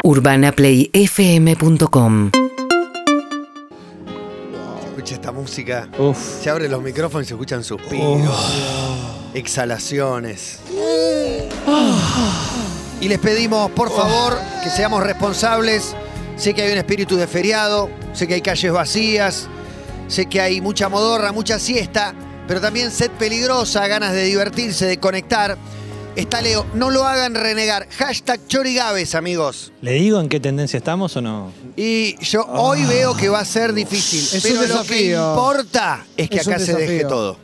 UrbanaPlayFM.com. Escucha esta música. Uf. Se abren los micrófonos y se escuchan suspiros, exhalaciones. Y les pedimos, por favor, que seamos responsables. Sé que hay un espíritu de feriado, sé que hay calles vacías, sé que hay mucha modorra, mucha siesta, pero también sed peligrosa, ganas de divertirse, de conectar. Está Leo, no lo hagan renegar. Hashtag Chorigaves, amigos. ¿Le digo en qué tendencia estamos o no? Y yo hoy veo que va a ser difícil, Es pero un lo que desafío. importa es que Es un acá se deje desafío. todo.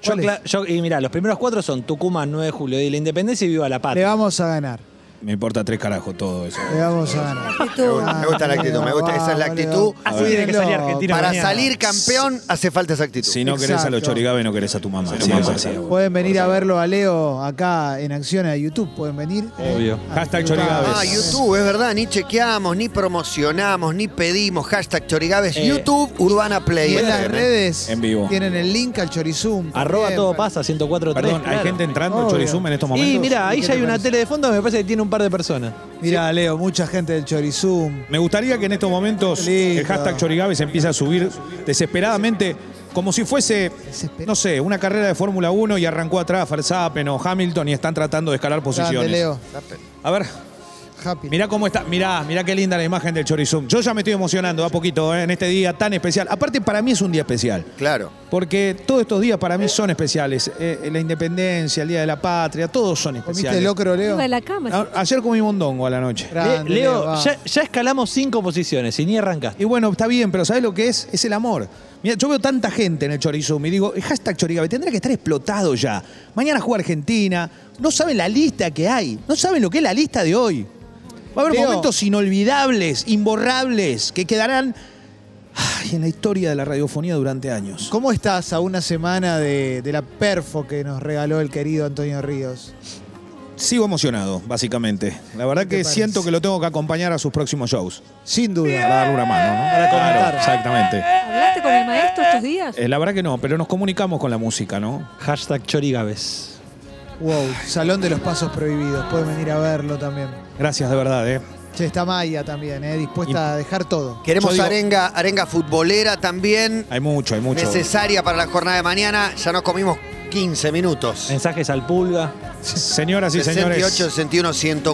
Y mirá, los primeros 4 son Tucumán, 9 de julio, Día de la Independencia y Viva la Le Patria. vamos a ganar. Me importa 3 carajos todo eso. Le vamos a ganar. Me gusta la actitud, me gusta, esa es la actitud. Así tiene que salir Argentina Para mañana. salir campeón hace falta esa actitud. Si no querés a los Exacto. chorigaves, no querés a tu mamá. Sí, así. Pueden venir a verlo a Leo acá en acción a YouTube. Pueden venir. Obvio. Hashtag Chorigaves. YouTube, es verdad, ni chequeamos, ni promocionamos, ni pedimos. Hashtag Chorigaves, YouTube, Urbana Play. Y en las FM. redes En vivo. tienen el link al Chorizum. Arroba también. todo pasa, 104.3. Perdón, ¿hay claro. gente entrando Obvio. al Chorizum en estos momentos? Y mira, ahí ¿Qué ya hay te una parece? tele de fondo, me parece que tiene un par de personas. Mirá, Leo, mucha gente del Chorizum. Me gustaría que en estos momentos Lindo. el hashtag Chorigaves empiece a subir desesperadamente, como si fuese, no sé, una carrera de Fórmula 1 y arrancó atrás Verstappen o Hamilton y están tratando de escalar Grande, posiciones. Leo. A ver, Happy. mirá cómo está, mirá qué linda la imagen del Chorizum. Yo ya me estoy emocionando a poquito en este día tan especial. Aparte, para mí es un día especial. Claro. Porque todos estos días para mí son especiales. La independencia, el Día de la Patria, todos son ¿Comiste especiales. locro, Leo? Arriba de la cama. Ayer comí mondongo a la noche. Grande, Leo, va. ya escalamos 5 posiciones y ni arrancaste. Y bueno, está bien, pero ¿sabés lo que es? Es el amor. Mira, yo veo tanta gente en el Chorizum y digo, el hashtag Chorigabe tendrá que estar explotado ya. Mañana juega Argentina. No saben la lista que hay. No saben lo que es la lista de hoy. Va a haber Leo. momentos inolvidables, imborrables, que quedarán en la historia de la radiofonía durante años. ¿Cómo estás a una semana de la perfo que nos regaló el querido Antonio Ríos? Sigo emocionado, básicamente. La verdad ¿Qué te que parece? siento que lo tengo que acompañar a sus próximos shows. Sin duda. Para darle una mano, ¿no? Para comentar. Exactamente. ¿Hablaste con el maestro estos días? La verdad que no, pero nos comunicamos con la música, ¿no? Hashtag Chorigaves. Wow, Salón de los Pasos Prohibidos. Pueden venir a verlo también. Gracias de verdad, ¿eh? Che, está Maya también, dispuesta a dejar todo. Queremos Yo digo- arenga futbolera también. Hay mucho. Necesaria para la jornada de mañana. Ya nos comimos 15 minutos. Mensajes al Pulga. Señoras y 68, señores, 61,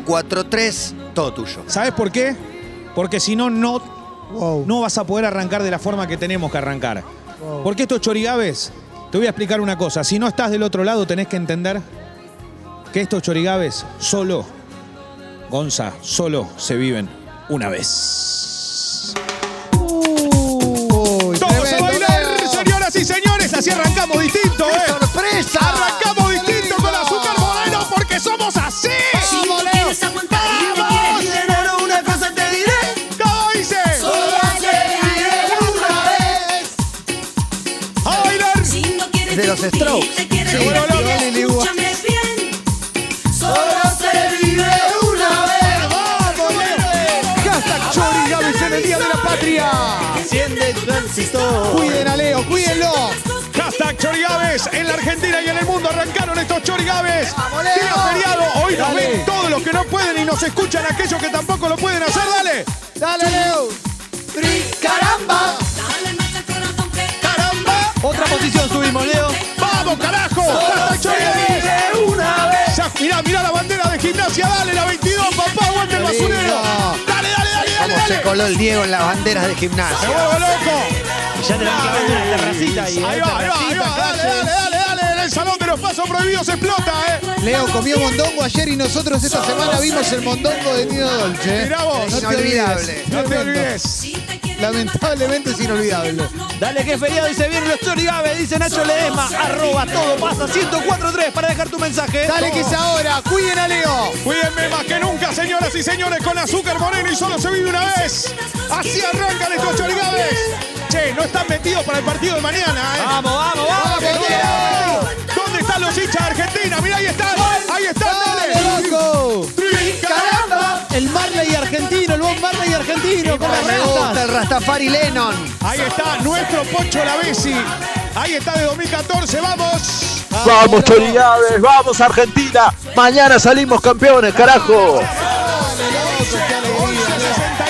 104.3. Todo tuyo. ¿sabes por qué? Porque si no, Wow. no vas a poder arrancar de la forma que tenemos que arrancar. Wow. Porque estos chorigaves, te voy a explicar una cosa. Si no estás del otro lado, tenés que entender que estos chorigaves solo, Gonza, solo se viven una vez. Uy, ¡Todos a tremendo, bailar, Leo. señoras y señores! Así arrancamos distinto, ¡Qué ¿eh? sorpresa! Arrancamos distinto con Azúcar Moreno porque somos así. Si no quieres aguantar y me quieres liberar, una cosa te diré. ¿Cómo dice? Solo se vive una vez. ¡A bailar! Si no quieres De los discutir, Strokes. te quieres Se vuelve loco. divertir, escúchame bien. Solo se vive una vez. Hashtag Chorigaves en el Día de la Patria. Enciende el transistor. Cuiden a Leo, cuídenlo. Hashtag Chorigaves en la Argentina y en el mundo arrancaron estos Chorigaves. Leo! Día feriado, hoy nos Dale. ven todos los que no pueden y nos escuchan aquellos que tampoco lo pueden hacer, dale. Dale, Leo. Caramba. Dale marcha al corazón que ¡Caramba! Otra posición subimos, Leo. ¡Vamos, carajo! Hashtag Chorigaves. una vez. Ya, mirá la bandera de Gimnasia, dale, la 22, papá, aguante el basurero. Dale, Cómo se coló el Diego en las banderas de ¡Me gimnasia. vuelvo loco! Y ya tenemos que ver una terracita y Ahí va, dale, en el Salón de los Pasos Prohibidos explota, Leo comió mondongo ayer y nosotros esta semana vimos el mondongo de Nino Dolce. Mirá vos. No te Inolvidable. olvides. No te Tremendo. olvides. Lamentablemente es inolvidable. Dale que es feriado y se vienen los Chorigaves, dice Nacho Ledesma. Arroba todo pasa 104.3 para dejar tu mensaje. Dale que es ahora. Cuiden a Leo. Cuídenme más que nunca, señoras y señores, con Azúcar Moreno y solo se vive una vez. Así arrancan estos Chorigaves. Che, no están metidos para el partido de mañana, ¿eh? Vamos, vamos, vamos. ¿Dónde están los hinchas de Argentina? Mirá, ahí están, ¡Dale, dale. loco! ¡Caramba! El Marley argentino, el Bon Marley argentino. ¿Cómo Me gusta estás? el Rastafari Lennon. Ahí está nuestro Poncho Lavesi. Ahí está de 2014, vamos. Vamos Chorigaves, vamos Argentina. Mañana salimos campeones, carajo. Dale, loco, qué alegría, Leo.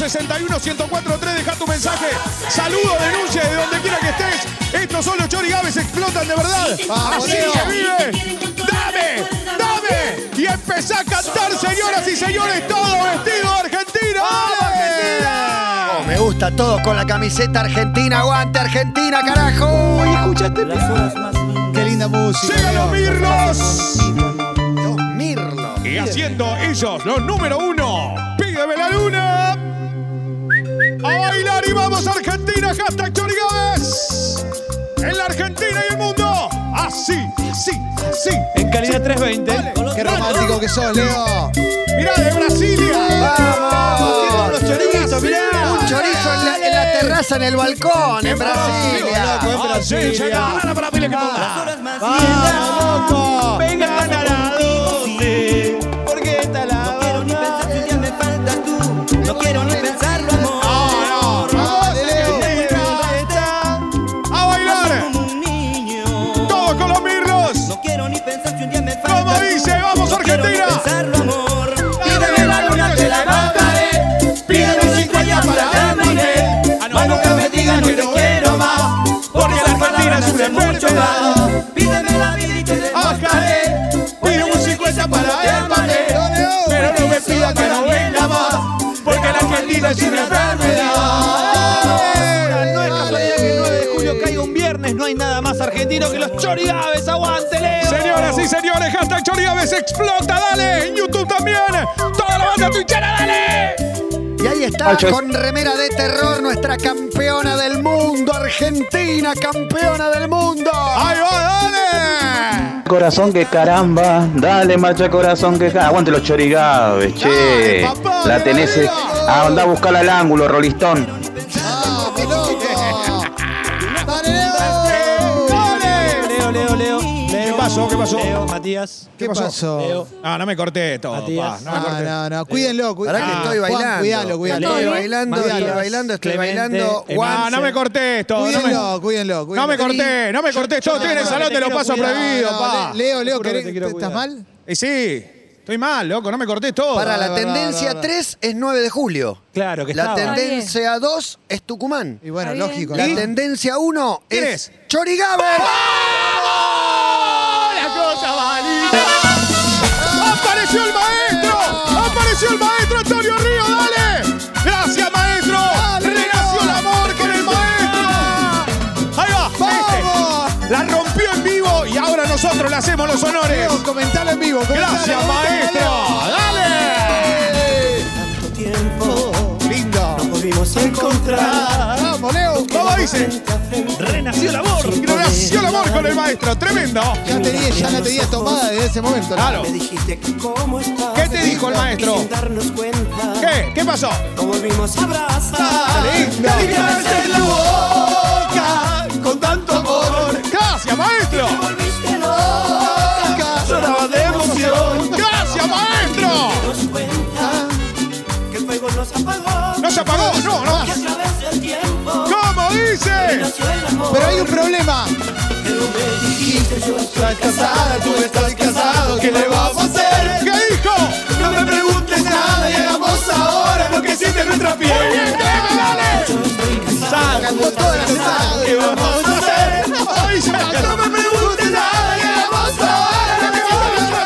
61-1043, deja tu mensaje. Saludo, denuncia de donde quiera que estés. Estos son los chorigabes, explotan de verdad. Así se vive. ¡Dame! ¡Dame! Y empezá a cantar, señoras y señores, todo vestido argentino. ¡Argentina! Me gusta todo con la camiseta argentina. ¡Aguante Argentina, carajo! Y escuchaste. Qué linda música. ¡Llegan los Mirlos! Dios, Mirlo. Y haciendo ellos los número 1. Pídeme la luna. A bailar y vamos Argentina. Hashtag Chorigabes. En la Argentina y el mundo. Así, así, así. En calidad 320. Qué romántico que sos, Leo. Mirá, de Brasilia. ¡Vamos! Los chorizos, mirá. Un chorizo en la terraza, en el balcón, en Brasilia. Sí, llega la para pile que ponga. ¡Vamos, loco! Vengan a la 12. Porque está la quiero ni pensar si un día me faltas tú. No quiero ni pensarlo, amor. Dale, Leo. A bailar. Como un niño. Todos con los Mirlos. No quiero ni pensar si un día me faltas. Como dice, vamos No quiero ni Argentina. pensarlo, amor. Pídeme la luna, te la bajaré. Pídeme 5 días para terminar. Más nunca me digas no te quiero más. Porque las palabras hacen mucho mal. Pídeme la vida y te demostraré. Pide un 50 para el papel. Pero no me pidas que no venga más. Porque la Argentina es una enfermedad. No es casualidad que el 9 de julio caiga un viernes. No hay nada más argentino que los chorigabes. ¡Aguante, Leo! Señoras y señores, hashtag Chorigabes explota, dale. En YouTube también. Toda la banda twitchera, dale. Y ahí está, con remera de terror, nuestra campeona del mundo, Argentina, campeona del mundo. Ahí va, dale. Corazón que caramba, dale marcha corazón que caramba. Aguante los chorigabes, che. Dale, papá, La tenés, dale. andá a buscarla al ángulo, Rolistón. ¡Vamos, loco! ¡Dale, Leo! Leo. ¿Qué pasó? ¿Qué pasó? Leo, Matías. ¿Qué pasó? Leo. No me corté todo, Matías. pa. No me corté. No. Cuídenlo. Pará que estoy Juan, bailando. cuídalo. Estoy bailando, Matías, estoy Clemente, bailando. Juan, No me corté esto. Cuídenlo. No me corté. Yo estoy en el salón de los pasos prohibidos, pa. Leo, Juro que te quiero ¿estás cuidar. mal? Y sí, estoy mal, loco, no me corté todo. Para la no, tendencia no. 3 es 9 de julio. Claro que La estaba. tendencia 2 es Tucumán. Y bueno, Está bien. lógico. La ¿no? tendencia 1 ¿Quién es es? Chorigabes. La cosa va linda. ¡Apareció el maestro Antonio Río! ¡Dale! ¡Gracias, maestro! ¡Renació el amor con el maestro! ¡Ahí va! ¡Vamos! La rompió en vivo y ahora nosotros le hacemos los honores. Leo, comentalo en vivo. ¡Gracias, maestro! ¡Dale! Tanto tiempo Lindo. volvimos a encontrar. Vamos, Leo. ¿Cómo dice? Renació el amor. Renació el amor con el maestro. ¡Tremendo! Ya la tenía tomada desde ese momento. Claro. Me dijiste que cómo estás. ¿Qué te dijo el maestro? Y sin darnos cuenta. ¿Qué? ¿Qué pasó? Nos volvimos a abrazar. lindo. Te aliviaste la boca con tanto amor. ¡Gracias, maestro! Te volviste loca. Lloraba de emoción. ¡Gracias, maestro! Nos cuenta que el fuego nos apagó. ¿No se apagó? No. Que a través del tiempo ¿Cómo dice? nació el amor. Pero hay un problema. Pero me dijiste yo estoy casada, tú estás casado, ¿qué le vamos a hacer? ¿Qué dijo? No me preguntes nada y hagamos ahora lo que siente nuestra piel. ¡Dale! Yo estoy casada, Cantó toda la semana. ¿qué vamos a hacer? ¡Ay, se la No me preguntes nada y hagamos ahora lo que siente nuestra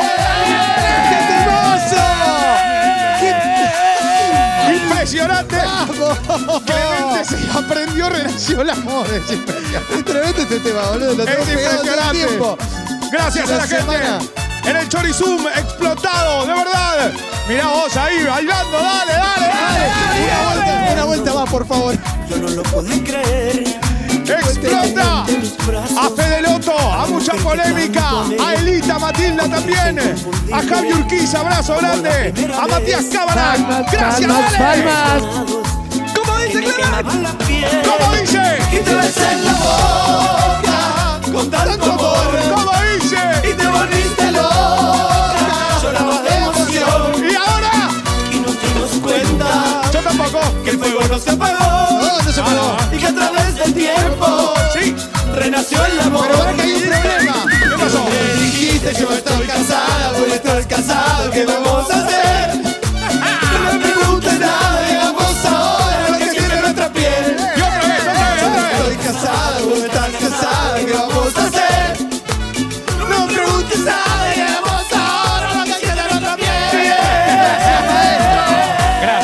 piel. ¡Impresionante! Clemente se aprendió, renació el amor. Es impresionante. Es tremendo este tema, boludo. Lo tengo Es pegado todo el impresionante. tiempo. Gracias a la semana. gente. En el Chorizum explotado, de verdad. Mirá vos ahí bailando, dale. Una vuelta más, por favor. Yo no lo pude creer. Explota a Fede Loto, a mucha polémica, a Elita Matilda también, a Javi Urquiza, abrazo grande, a Matías Cámara, gracias, dale. ¿Cómo dice, Me Clara? quemaban la piel. ¿Cómo dice? Y te besé en la boca con tanto amor. ¿Cómo dice? Y te volviste loca. Lloraba de emoción. ¿Y ahora? Y nos dimos cuenta Yo tampoco. que el fuego no se apagó. No se apagó. Y que a través del tiempo Sí. renació el amor. Pero ahora que hay un problema. ¿Qué pasó? Me dijiste yo estoy casada, voy a estar casado, ¿qué vamos a hacer? No me preguntes nada, hagamos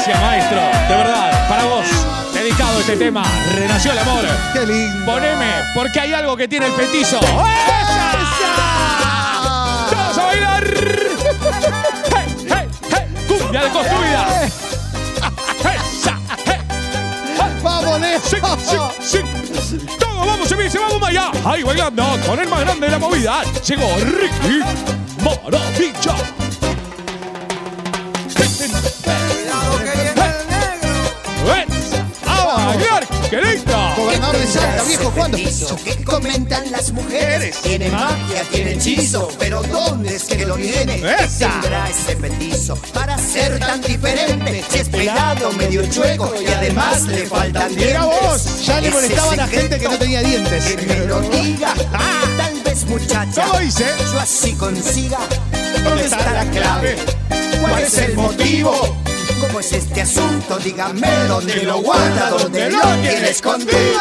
Gracias, maestro. De verdad, para vos, dedicado este tema. Renació el amor. Qué lindo. Poneme, porque hay algo que tiene el petizo. ¡Esa! ¡Todos a bailar! ¡Hey, hey, hey! ¡Cumbia de construida! ¡Esa! ¡Hey! ¡Vamos, Leo! ¡Sí, sí, sí! ¡Todos vamos, se vamos allá! ¡Ahí bailando con el más grande de la movida! Llegó Ricky Maravilla. ¡A bailar! ¡Qué lindo! Gobernador de Salta, viejo, ¿cuándo? ¿Qué comentan las mujeres? Tiene magia, tiene hechizo, pero ¿dónde es que lo tiene? ¡Esa! Tendrá ese petizo para ser tan diferente. Si es pelado, medio chueco y además le faltan dientes. Mira vos, ya le Ese molestaban a gente que no tenía dientes. Que me lo diga. Tal vez, muchacha, ¿Cómo dice? yo así consiga. ¿Dónde está la clave? ¿Cuál es el motivo? ¿Cómo es este asunto? Dígame dónde lo guarda, dónde lo tiene escondido.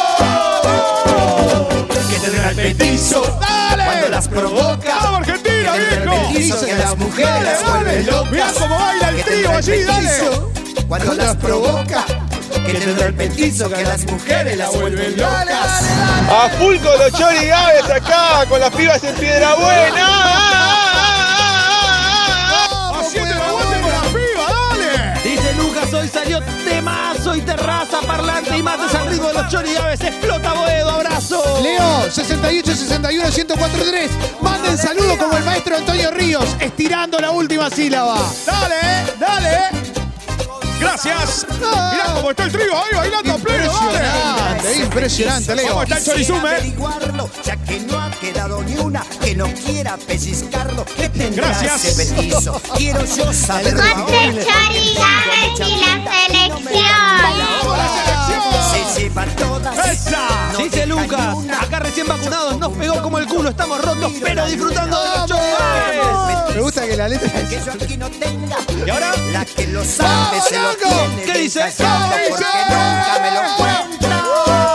Que tendrá el petizo cuando las provoca. ¡Vamos, Argentina, Que tendrá viejo! el petizo que las mujeres las vuelve locas. Mirá cómo baila el Que trío tendrá allí, dale. petizo cuando las provoca. Que tendrá el petizo que las mujeres las vuelven locas. A full con los chorigaves acá, con las pibas en Piedra Buena. ¡Haciendo el aguante con la piba, dale! Dice Lucas, hoy salió temazo y terraza, parlante y mates al ritmo de los chorigaves. ¡Explota Boedo! ¡Abrazo! Leo, 68, 61, 104.3. Manden saludos como el maestro Antonio Ríos, estirando la última sílaba. ¡Dale, dale! ¡Gracias! Mirá cómo está el trío ahí bailando a pleno, dale. Impresionante, Leo. ¿Cómo está el chorizume? Averiguarlo, ya que no ha quedado ni una que no quiera pellizcarlo. ¿Qué tendrá Gracias. ese petizo? Quiero yo saberlo ahora. Chorigaves y la selección. Se lleva todas. ¡Esa! No Dice deja Lucas, ni una. acá recién vacunados, nos pegó como el culo, estamos rotos, pero disfrutando de los chorigaves. Me gusta que la letra Que yo aquí no tenga. ¿Y ahora? La que lo sabe se lo tiene. ¿Qué bien dice? callado porque nunca me lo cuenta.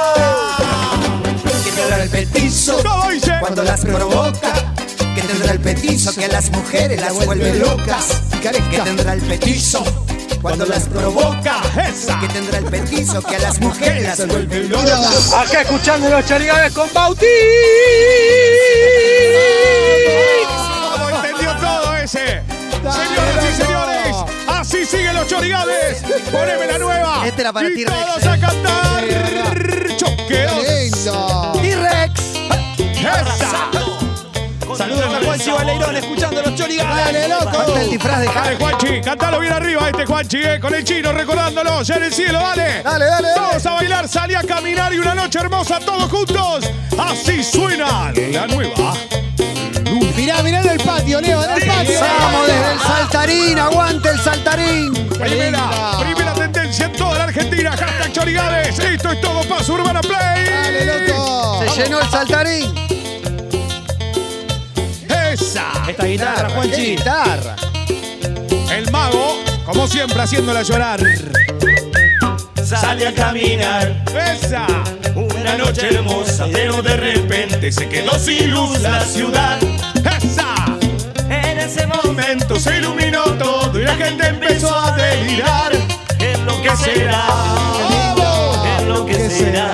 Que tendrá el petizo ¿Cómo dice? cuando las provoca. Que tendrá el petizo que a las mujeres las vuelve locas. Que tendrá el petizo cuando las provoca. ¡Esa! Que tendrá el petizo que a las mujeres las vuelve locas. Acá escuchando los chorigaves con Bauti. ¿Cómo entendió todo ese? Señoras y señores, así siguen los chorigaves. Poneme la nueva. Este era para y T-Rex, todos a cantar. Choqueos. lindo. T-Rex. ¡Esa! Saludos a Juanchi Baleirón, escuchando los chorigaves. Dale, loco. Falta el disfraz de Dale, Harry. Juanchi, cantalo bien arriba Juanchi, con el chino recordándolo, ya en el cielo, dale. Dale, dale, dale. Vamos a bailar, salí a caminar y una noche hermosa todos juntos. Así suena la nueva. Mirá, mirá en el patio, Leo, en el patio. Vamos desde el saltarín, aguante el saltarín. Primera tendencia en toda la Argentina. Hashtag Chorigaves. Esto es todo Paz Urbana Play. Dale, loco. Se llenó el saltarín. Esa. Esta guitarra, Qué Juanchi. guitarra. El mago, como siempre, haciéndola llorar. Sale a caminar Esa. una noche hermosa, pero de repente se quedó sin luz la ciudad. Esa. En ese momento Se iluminó todo y la gente empezó a delirar. es lo que será, es lo que será.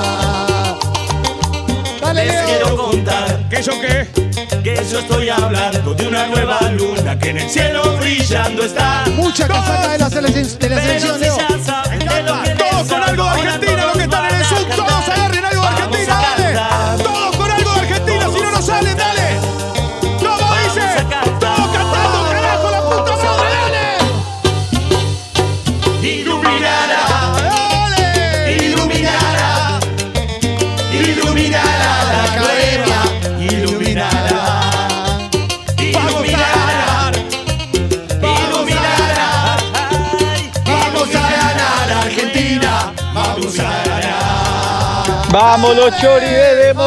Dale, Les Leo. quiero contar ¿Qué yo qué? que yo estoy hablando de una nueva luna que en el cielo brillando está. Mucha casaca de la selección, Pero Leo. si ya saben de lo que Todos les con algo de hablo, Argentina, los que están en el Zoom, todos agarren algo de Argentina, dale. Todos con algo de Argentina, si no, no salen, dale. ¿Cómo dice? Todos cantando, carajo, la puta madre, dale. iluminará, Dale. iluminará, iluminará la academia, iluminará, Vamos a ganar. iluminará, ay, vamos a ganar Argentina, vamos a ganar. Vamos los chorigaves de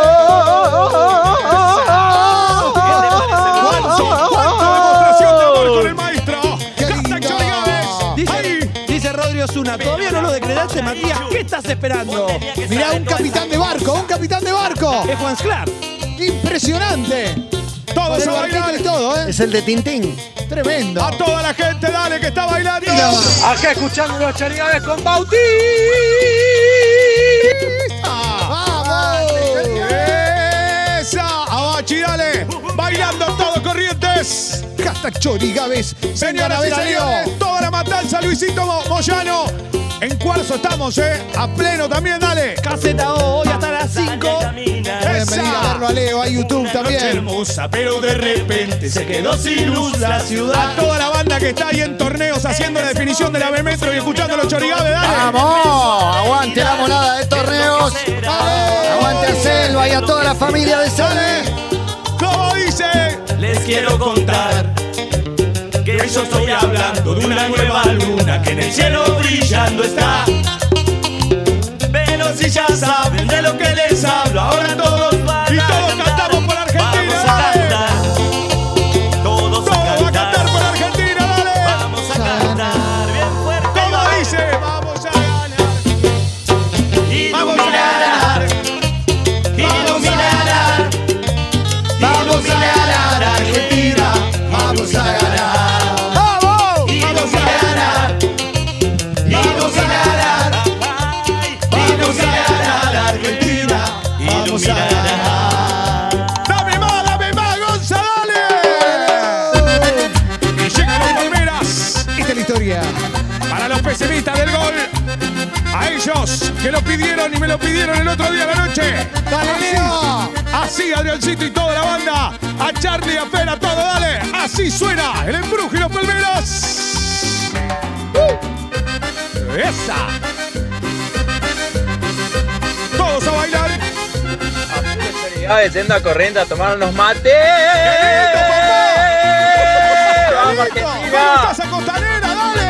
¿Cuánto demostración de amor con el maestro? Qué Hashtag lindo. Chorigaves. Ahí. Dice Rodri Osuna, todavía no lo decretaste, Matías. ¿Qué estás esperando? Mirá, un capitán de barco, un capitán de barco. Es Juan Sclar. Impresionante. Todos Con a el barquito bailar. y todo, Es el de Tintín. Tremendo. A toda la gente, dale, que está bailando. Acá escuchando los chorigaves con Bautista. ¡Vamos! ¡Esa! Abachi, dale. Bailando todos Corrientes. Hashtag Chorigaves. Señoras y señores, toda la matanza, Luisito Moyano. En Cuarzo estamos, a pleno también, dale. Caseta O, hoy hasta las 5. Pueden venir a verlo a Leo, a YouTube Noche también. hermosa, pero de repente se quedó sin luz la ciudad. A toda la banda que está ahí en torneos haciendo la definición de la B-Metro y escuchando los chorigaves, dale. ¡Vamos! Aguante la monada de torneos. Aguante a Selva y a toda la familia de Selva. ¿Cómo dice? Les quiero contar que yo estoy hablando de una nueva luna que en el cielo brillando está. Pero si ya saben de lo que les hablo, ahora todos van Y a todos cantar. cantamos por Argentina, Vamos a dale. cantar. Todos Todos a va a cantar cantar. por Argentina, dale. Vamos a cantar bien fuerte. ¿Cómo dice? Vamos a ganar. Vamos a Iluminar, iluminar, Vamos a ganar, Argentina. Vamos a ganar. ¡Vamos! iluminar, iluminar, Vamos a ganar, Argentina. Vamos a ganar. Dame más, Gonza, dale. Y llegan los Palmeras. Esta es la historia. Para los pesimistas del gol. A ellos que lo pidieron y me lo pidieron el otro día a la noche. ¡Dale, Leo! Así, Adriancito y toda la banda. A Charlie, a Fer, a todo, dale. Así suena el Embruje y los Palmeras. Esa. Todos a bailar. Chorigaves, yendo corriendo a tomar unos mates. ¡Vamos, ¡Me Argentina! gusta esa costanera, dale!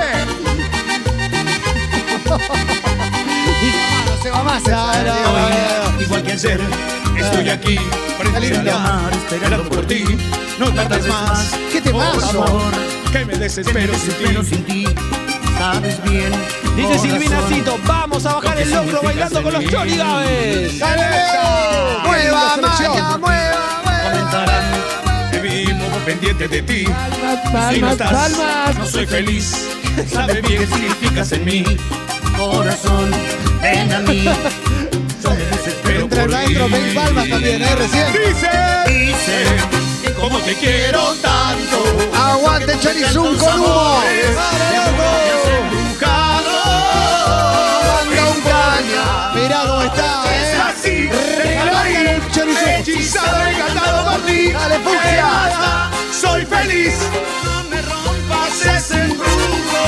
No se va más. igual que ayer. Estoy aquí, frente al mar, esperando por ti. No tardes más, ¡Qué temazo! Que me desespero sin ti. sabes bien. Dice Silvinacito, vamos a bajar el locro bailando con los chorigaves. ¡Dale! Mueva, Maya, mueva, Comentarán que vivimos pendientes de ti. Si no estás, no soy feliz. Sabes bien qué significas en mí. Corazón, ven a mí. Yo me desespero Entra el por maestro ti. Ben Palmas también, recién. Dice. Dice cómo te quiero tanto. Aguante Chorizum con humo. Manda un caña. Mirá cómo está, Es así, déjalo Recargan ahí. el Chorizum. Hechizado, encantado por ti. Dale, fucsia. Soy feliz. No me rompas ese embrujo.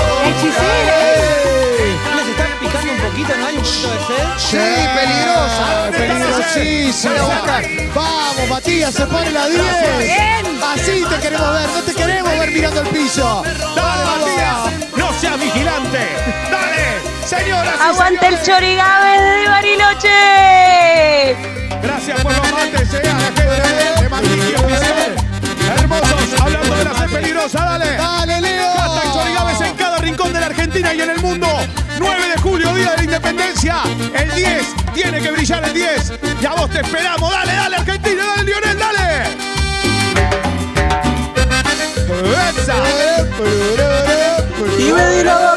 ¿Les están picando un poquito? ¿No hay un poquito de sed? Sí, peligrosa. Peligrosísimo. Voy a buscar. Vamos, Matías, se pone la 10. Así te queremos ver, no te queremos ver mirando el piso. Dale, Matías. No seas vigilante. Dale, señoras y Aguante el señores. Chorigaves de Bariloche. Gracias por los mates, a la gente de Mandiqui Oficial. Hermosos, hablando de la sed peligrosa, dale. Dale, Leo. Hashtag Chorigaves en cada rincón de la Argentina y en el mundo. 9 de julio, Día de la Independencia. El 10, tiene que brillar el 10. Y a vos te esperamos. Dale, dale, Argentina, dale, Lionel, dale. ¡Esa! Y me di la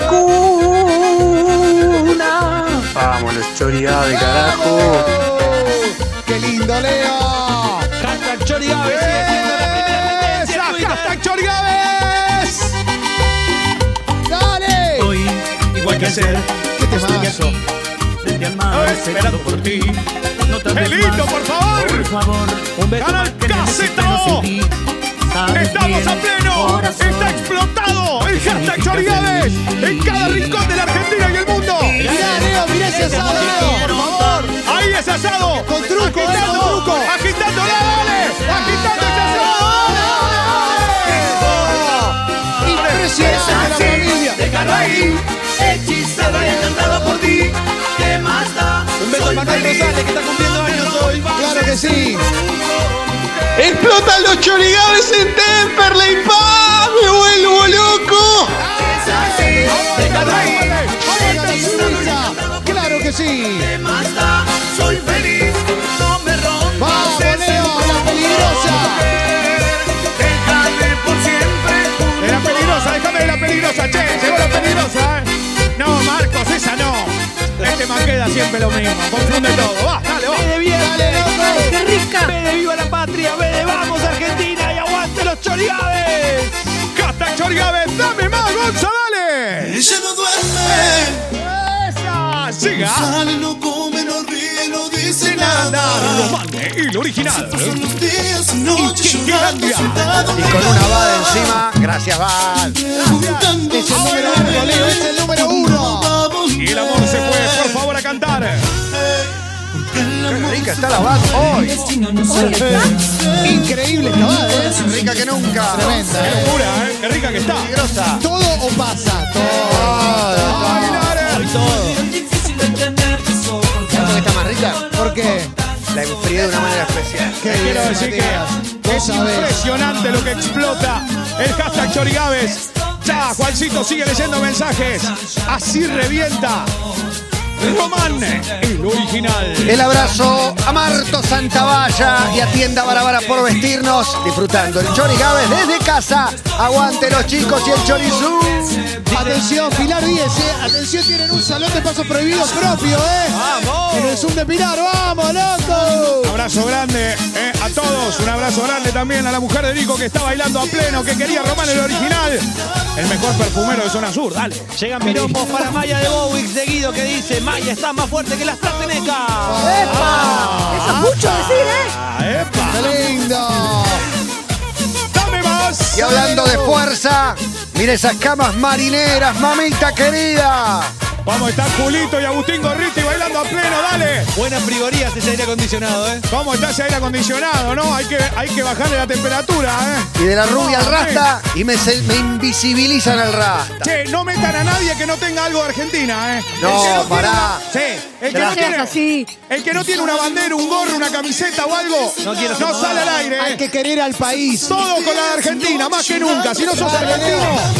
vacuna. Vamos, los chorigaves, carajo. ¡Qué lindo, Leo! Hashtag chorigaves sigue siendo la primera tendencia ¡Esa! en Twitter. ¡Hashtag Chorigaves! ¡Dale! Hoy, igual que ayer, ¡Qué estoy temazo! aquí, frente al mar, esperando por ti. No tardes ¡Elito, más, por favor! por favor. Un beso. ¡Canal Que me desespero Caseta sin O! ti. Sabes ¡Estamos bien, a pleno! corazón. ¡Está explotado! ¡El hashtag Chorigaves! ¡En cada rincón de la Argentina y el mundo! Mirá, Leo, mirá ese asado, Leo, por favor. ¡Ahí ese asado! Con truco, ¡Agitando! con truco. ¡Agitando, dale! ¡Agitando ese asado! Impresionante la familia. Déjalo ahí, hechizado y encantado por ti. ¿Qué más da? Un beso a Manuel Rosales que está cumpliendo años hoy. Claro que sí. ¡Explotan los chorigaves en Temperley, pa! ¡Me vuelvo loco! Déjalo ahí, Juega la Suiza. Claro que sí. ¿qué más da? Soy feliz, no me rompas Vamos, ese Leo, la embrujo. peligrosa. siempre lo mismo. Confunde todo. Va, dale, va. ¡Ve de bien! ¡Qué rica! ¡Ve de viva la patria! ¡Ve de vamos Argentina! ¡Y aguante los chorigaves! Hashtag Chorigaves, dame más, Gonza, dale. Ella no duerme. Esa, siga. Sale, no come, no ríe, no dice nada. Romane, el original. Pasan los días y noches llorando sentado. Y con una Bad encima. Gracias, Bad. Preguntando Es el número uno, Leo, es el número uno. Y el amor se fue, por favor, a cantar. Qué rica está la Bad hoy. Increíble esta Bad, Más rica que nunca. Tremenda, Qué locura, ¿eh? Qué rica que está. Peligrosa. ¿Todo o pasa? Todo. Bailar. ¿Sabes por qué está más rica? ¿Por qué? La enfrié de una manera especial. Qué Te quiero bien, decir Matías. que Vos es sabés. impresionante lo que explota el hashtag Chorigaves. Ya, Juancito sigue leyendo mensajes. Así revienta. Román, el original. El abrazo a Marto Santavalla y a Tienda Barabara por vestirnos, disfrutando el Chorigaves desde casa. Aguante los chicos y el Chorizú. Atención, Pilar 10, atención, tienen un salón de pasos prohibidos propio, ¡Vamos! En el Zoom de Pilar, ¡vamos, loco! Abrazo grande a todos. Un abrazo grande también a la mujer de Nico que está bailando a pleno, que quería Román el original. El mejor perfumero de Zona Sur, dale. Llegan piropos para Maya de Bowick seguido que dice Maya está más fuerte que las Trastenecas. Eso es mucho decir, ¿eh? ¡Epa! ¡Qué lindo! ¡Dame más! Y hablando de fuerza, mira esas camas marineras, mamita querida. Vamos a estar Julito y Agustín Gorriti bailando a pleno, dale. Buenas frigorías ese aire acondicionado, ¿eh? ¿Cómo está ese aire acondicionado, no? Hay que bajarle la temperatura, ¿eh? Y de la rubia al rasta y me invisibilizan al rasta. Che, no metan a nadie que no tenga algo de Argentina, ¿eh? No, El que pará. Sí, el que No no seas tiene... así. El que no tiene una bandera, un gorro, una camiseta o algo, no sale al aire. Hay que querer al país. Todo con la de Argentina, más que nunca. Si no sos Dale, argentino.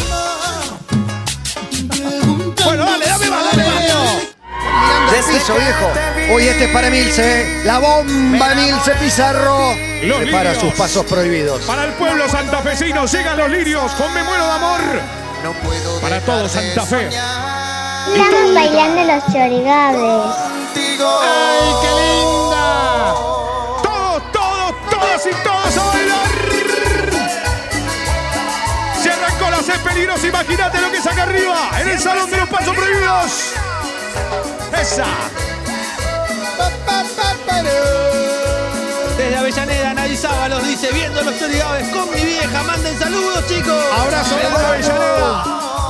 Bueno, dale, dame más. Mirando el piso, viejo. Hoy este es para Emilce. La bomba Emilce Pizarro. Los Prepara lirios. sus pasos prohibidos. Para el pueblo santafesino llegan los lirios con Me Muero de Amor. No puedo Para todo Santa Fe. Estamos bailando los chorigaves. ¡Ay, qué linda! Todas y todos a bailar. Se arrancó la C peligrosa, imagínate lo que es acá arriba, en el Salón de los Pasos Prohibidos. Esa. Desde Avellaneda, Nadie Sábalos dice viendo los chorigaves con mi vieja. Manden saludos, chicos. Abrazo grande a Avellaneda.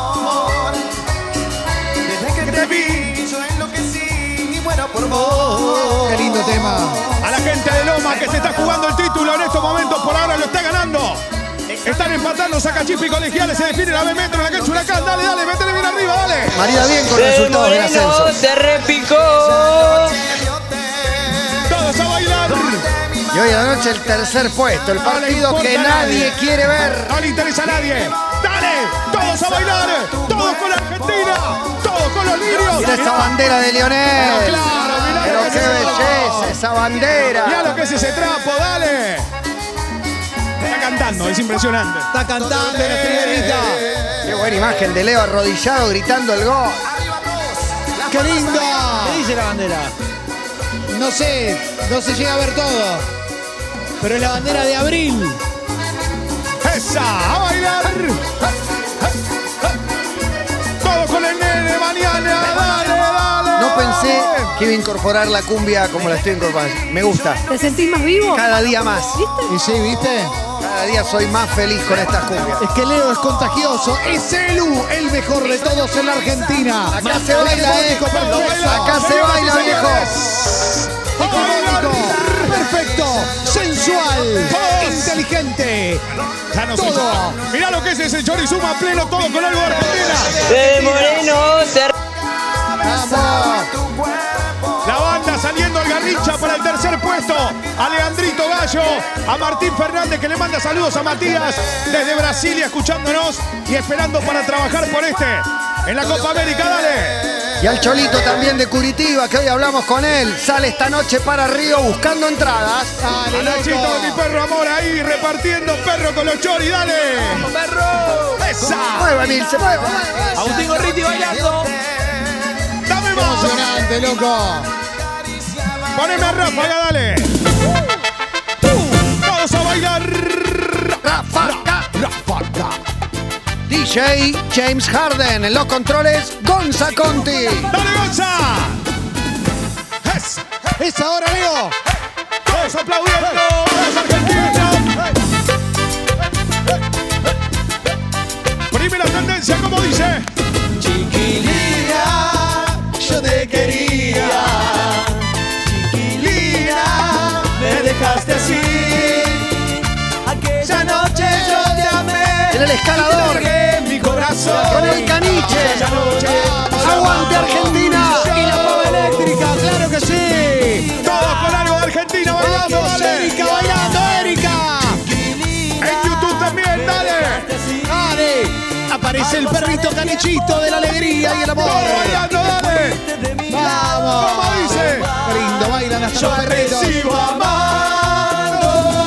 Desde que te vi, yo enloquecí y muero por vos. Qué lindo tema. A la gente de Loma que se está jugando el título en estos momentos, por ahora lo está ganando. Están empatando Sacachispa y Colegiales, se define la B Metro, la que es Huracán. Dale, dale, métele bien arriba, dale. Marida bien con resultados del ascenso. se repicó. Todos a bailar. Y hoy a la noche el tercer puesto, el partido que nadie quiere ver. No le interesa a nadie. Dale, todos a bailar. Todos con la Argentina. Todos con los lirios. Mira esa bandera de Lionel. Pero claro, mirá Pero lo que qué es ese trapo. belleza esa bandera. Mirá lo que es ese trapo, dale. Está cantando, es impresionante. Está cantando la señorita. Qué buena imagen de Leo arrodillado gritando el gol. ¡Qué lindo! ¿Qué dice la bandera? No sé, no se llega a ver todo. Pero es la bandera de abril. Esa, a bailar. Todos con el nene mañana. Dale, dale. No pensé que iba a incorporar la cumbia como la estoy incorporando. Me gusta. ¿Te sentís más vivo? Cada día más. Y sí, ¿viste? Cada día soy más feliz con estas cumbias. Es que Leo es contagioso. Es Elu, el mejor de todos en la Argentina. Acá se baila, perfecto. Acá se baila, viejo. Económico, perfecto, sensual, inteligente. Ya no sé. Todo. Mirá lo que es ese chorizuma pleno, todo con algo de Argentina. De Moreno se Vamos. La banda saliendo al Garrincha para el tercer puesto. A Leandrito Gallo, a Martín Fernández que le manda saludos a Matías desde Brasilia escuchándonos y esperando para trabajar por en la Copa América, dale. Y al Cholito también de Curitiba, que hoy hablamos con él. Sale esta noche para Río buscando entradas. Dale, A Nachito, loco. mi perro amor ahí repartiendo perro con los choris, dale. ¡Perro! Esa. Mueva, Emil, se mueve. Agustín Gorriti bailando. Dame más. Emocionante, Olvídate, loco. Poneme a Ráfaga, dale. Todos a bailar. Ráfaga. DJ James Harden. En los controles, Gonza Conti. ¡Dale, Gonza! Es ahora, Leo. Todos aplaudiendo. ¡Vamos, Argentina! Primera tendencia, como dice. Chiquilina, yo te quería. Chiquilina, me dejaste así. Aquella noche yo te amé. En el escalador. Mi corazón. Con el caniche. Aguante Argentina. Y la pava eléctrica, claro que sí. Todos con algo de Argentina bailando, dale. Erika bailando, Erika. En YouTube también, dale. Dale. Aparece el perrito canichito de la alegría y el amor. Todos bailando, dale. Vamos. ¿Cómo dice? Qué lindo bailan hasta los perritos. Sigo amando.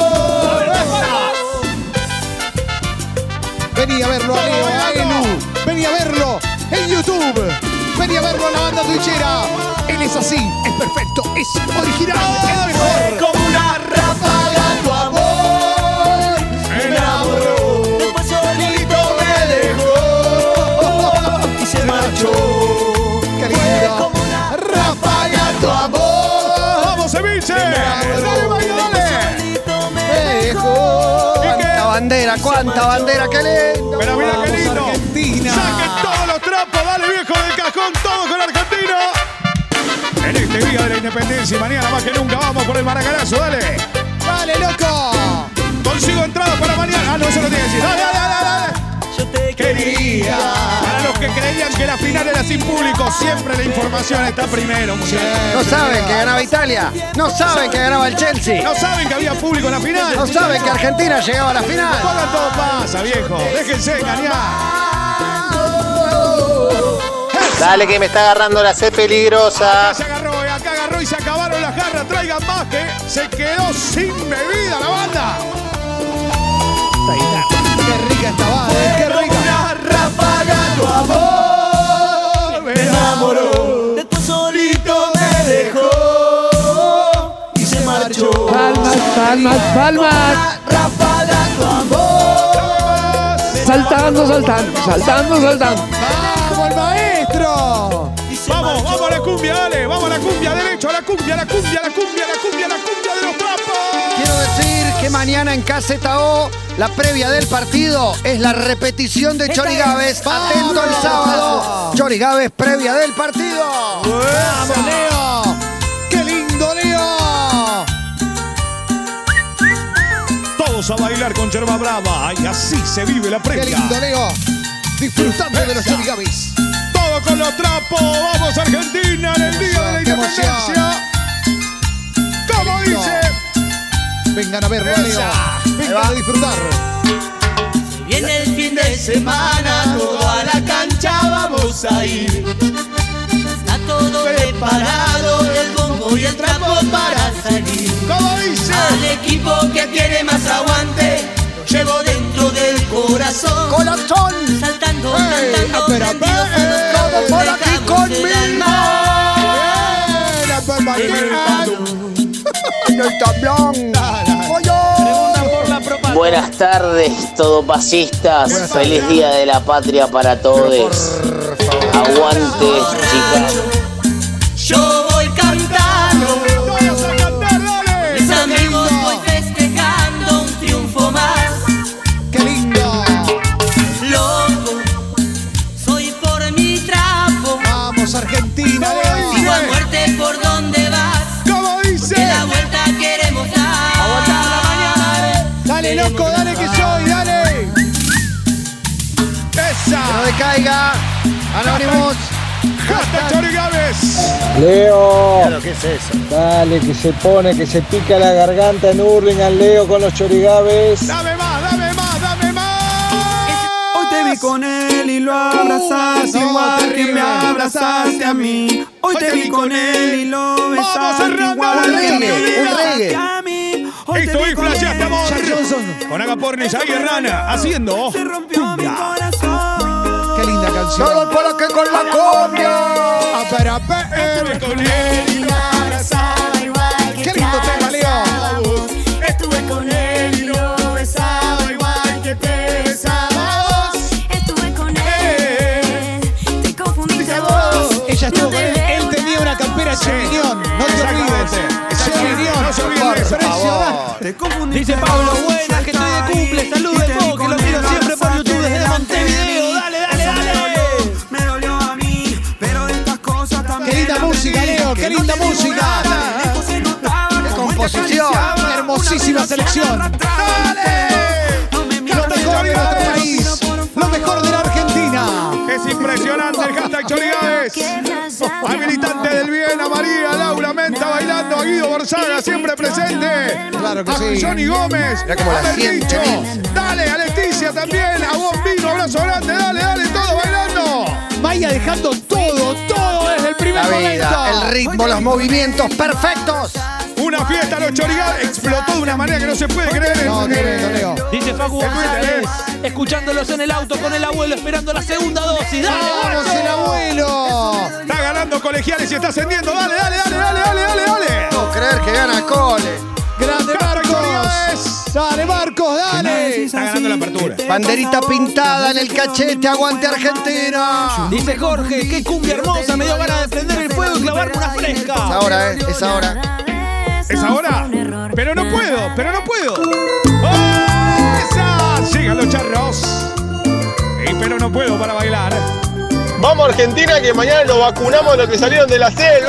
Vení a verlo a Leo, a Elu. Vení a verlo en YouTube. Vení a verlo en la banda twitchera. Él es así, es perfecto, es original, es mejor. Como una ráfaga tu amor me enamoró. Después solito me dejó y se marchó. Qué lindo. Como una ráfaga tu amor. ¡Vamos, Ceviche! ¡Dale, baila, dale! Me dejó. Cuánta bandera, qué lindo. Pero mira qué lindo. Argentina. Saquen todos los trapos, dale, viejo del cajón, todo con Argentina. En este día de la independencia y mañana más que nunca vamos por el maracanazo, dale. Dale, loco. Consigo entrada para mañana. Ah, no, eso lo tiene que decir. Dale, dale, dale, dale. Yo te Quería. Para los que creían que la final era sin público, siempre la información está primero, muchachos. No saben que ganaba Italia. No saben que ganaba el Chelsea. No saben que había público en la final. No saben que Argentina llegaba a la final. Pongan todo pasa, viejo. Déjense engañar. Dale que me está agarrando la sed peligrosa. Acá agarró y se acabaron las garras. Traigan más que se quedó sin bebida la banda. Qué rica esta banda, qué rica. Una ráfaga tu amor me enamoró. Después solito me dejó y se marchó. Palmas, palmas, palmas. Ráfaga tu amor. Saltando, saltando, saltando, saltando. ¡Vamos, el maestro! Vamos, vamos a la cumbia, dale. Vamos a la cumbia, derecho a la cumbia, la cumbia, la cumbia, la cumbia, la cumbia de los trapos. Quiero decir que mañana en KZO, la previa del partido es la repetición de Chori Gávez. Atento el sábado. Chori Gávez, previa del partido. ¡Vamos, Leo! ¡Qué lindo, Leo! Todos a bailar con Yerba Brava. Y así se vive la ¡Qué previa. lindo, Leo! Disfrutando de los Chori Gávez. Todo con los trapos. Vamos, Argentina, en el día de la ¡Qué emoción! independencia. ¿Cómo dice? Vengan a verlo, Leo. Vengan a disfrutar. Viene el fin de semana, toda la cancha vamos a ir. Está todo preparado, el bombo y el trapo para salir. ¿Cómo dice? Al equipo que tiene más aguante, lo llevo dentro del corazón. ¡Corazón! Saltando, ¡Ey! saltando, Pero, prendidos ¡ey! unos ¡Todo todos, por aquí dejamos conmigo! el alma. ¡En el tablón! Buenas tardes, todopasistas. Feliz Día de la Patria para todos. Aguante, chicas. Yo voy cantando, Vamos a cantar, dale. mis amigos voy festejando un triunfo más. ¡Qué lindo! Loco, soy por mi trapo. ¡Vamos, Argentina! Sigo a muerte por donde vas. ¿Cómo dice? Que la vuelta queremos dar. Dale, loco, dale que soy, dale. Esa. No decaiga. Anónimos. Hashtag Chori Gávez. Leo, Claro, ¿qué es eso? dale que se pone, que se pica la garganta en Hurlingham, Leo con los chorigaves. Dame más, dame más, dame más. Hoy te vi con él y lo abrazaste No, igual que terrible. me abrazaste a mí. Hoy te vi con él y lo besaste Hernando, igual Un que reggae, me un besaste reggae. a mí. Hoy te Esto vi es con Flasheaste, él, amor. Jack Johnson. Con Agapornis, ahí Rana, haciendo. se rompió mi corazón. ¡Qué linda canción! Todo por lo que con la cumbia. Estuve con ella estuvo con él. Él tenía una campera Chevignon. No te olvides. Chevignon. No se olviden de eso. Impresionante. Dice Pablo, buena, que estoy de cumple. Saludos de Mo, que lo miro siempre por YouTube desde Montevideo. Dale, dale, dale. Me dolió a mí, pero estas cosas también. Qué linda música, Leo. Qué linda música. ¡Qué composición! Hermosísima selección. Lo mejor de nuestro país. Lo mejor de la Argentina. Es impresionante el hashtag Chorigaves. Al militante del bien, a María, a Laura Menta bailando, a Guido Borzaga siempre presente. Claro que a sí. Johnny Gómez. Mirá cómo la a siente, Berlicho. Vince. Dale, a Leticia también. A Bombino, abrazo grande. Dale, dale, todo bailando. Maya dejando todo desde el primer La momento. vida, el ritmo, los movimientos perfectos. Una fiesta, los Chorigaves. Explotó de una manera que no se puede creer. No, tremendo, Leo. Dice Facu González, escuchándolos en el auto con el abuelo esperando la segunda dosis. Dale, ¡Vamos, guacho. el abuelo! Está ganando Colegiales y está ascendiendo. Dale, dale, dale, dale, dale, dale, dale. No creer que gana Cole. ¡Grande Marcos! ¡Dale, Marcos, dale! Está ganando la apertura. Banderita pintada en el cachete, aguante Argentina. Dice Jorge, qué cumbia hermosa, me dio ganas de prender el fuego y clavarme una Es fresca. ahora, es ahora. ¿Es ahora? Pero no puedo. ¡Oh, esa! Sigan los charros. Pero no puedo para bailar. Vamos Argentina, que mañana nos vacunamos los que salieron de la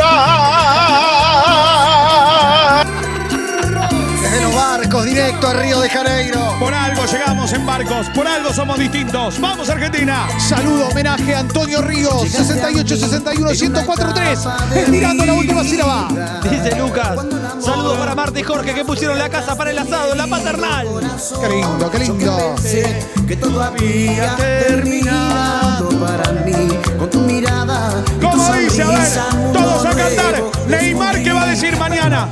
selva. Desde los barcos, directo a Río de Janeiro. Por algo llegamos en barcos, por algo somos distintos. ¡Vamos, Argentina! Saludo, homenaje a Antonio Ríos, 68-61-1043. Estirando la última sílaba. Dice Lucas, saludos para Marta y Jorge que pusieron la casa para el asado, la paternal. Qué lindo, qué lindo. Que todo había terminado para mí con tu mirada. Como dice, a ver, todos a cantar. Neymar, ¿qué va a decir mañana?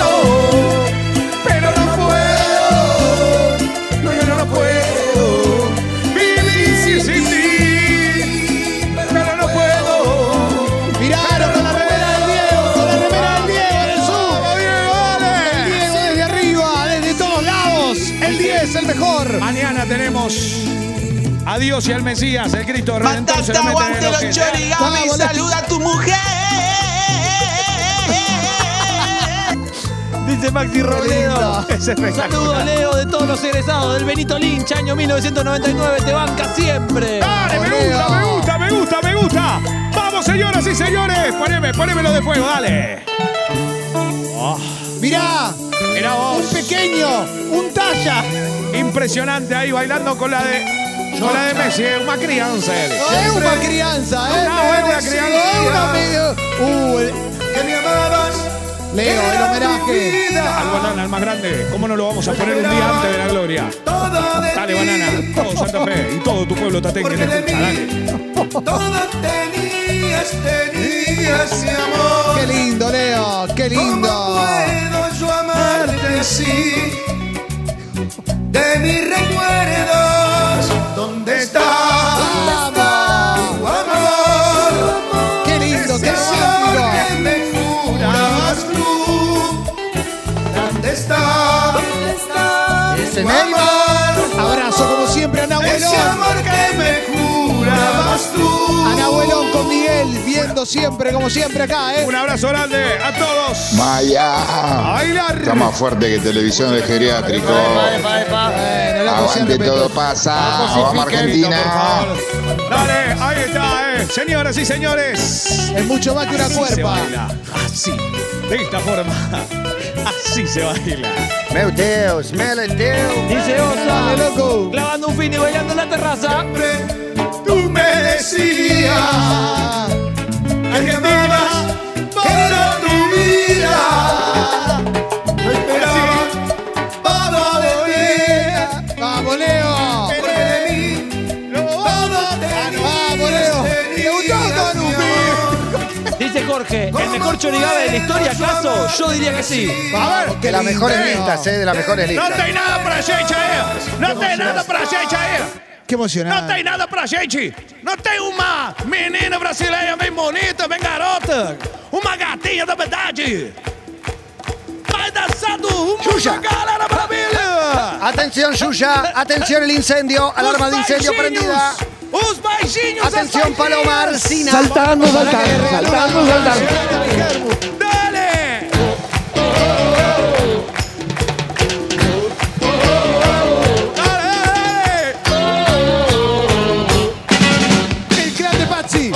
Pero no puedo vivir sin ti. Pero no puedo. Miraron con la remera del Diego, con la remera del Diego en el sur. El Diego desde arriba, desde todos lados. El 10, el mejor. Mañana tenemos a Dios y al Mesías, el Cristo Redentor. Se lo meten en el ojete. Vamos, saluda a tu mujer. Dice Maxi Robledo. Es espectacular. Saludos, Leo, de todos los egresados del Benito Lynch, año 1999. Te banca siempre. Dale, me gusta. Vamos, señoras y señores. Ponémelo de fuego, dale. Mirá, Mirá vos. un pequeño, un talla. Impresionante ahí bailando con la de Messi. Una crianza él. Es una crianza, ¿eh? Una buena crianza. Es una medio. Que me amabas. Leo, el homenaje. Al Banana, al más grande. ¿Cómo no lo vamos a poner un día antes de la gloria? Dale, Banana. Todo Santa Fe y todo tu pueblo tatengue te escucha. Dale. Todo tenías ese amor. Qué lindo, Leo, qué lindo. ¿Cómo puedo yo amarte así? De mis recuerdos, ¿dónde está tu amor? Qué lindo, qué Ese amor romántico. que me jurabas tú. ¿Dónde está Ese tu Neymar. amor? Abrazo como siempre a Ese Nahuelón. amor que me jurabas tú. A Nahuelón con Miguel, viendo siempre, como siempre acá, ¿eh? Un abrazo grande a todos. Maya. A bailar. Está más fuerte que televisión de geriátrico. Bueno, loco, sean Aguante, todo respetuosos. pasa. No Vamos cosifiquen, Argentina. por favor. Dale, ahí está, señoras y señores. Es mucho más que una Así se cuerpa. baila. Así. De esta forma. Así se baila. Meu Deus, meu Deus. Dice Osa, Dale, loco. clavando un fin y bailando en la terraza. Tú me decías Argentina, quiero tu vida. No esperaba todo de ti. Vamos, Leo. Porque de mí todo Vamos, Leo. ¿Te gustó todo, Lupi? Dice Jorge, ¿el mejor chorigabe de la historia acaso? Yo diría que sí. A ver. De las mejores listas, de las mejores No listas. tem nada pra gente aí. Não tem nada pra gente aí. Qué Não emocionante. tem nada pra gente. Não tem uma menina brasileira bem bonita, bem garota. Uma gatinha da verdade. Vai dançando uma Xuxa. galera maravilha. Atención, Yuya. Atención, el incendio. Alarma de incendio prendida. ¡Os baixinhos! Atención, Paloma Arcina. Saltando. ¡Dale! El clan de Pazzi.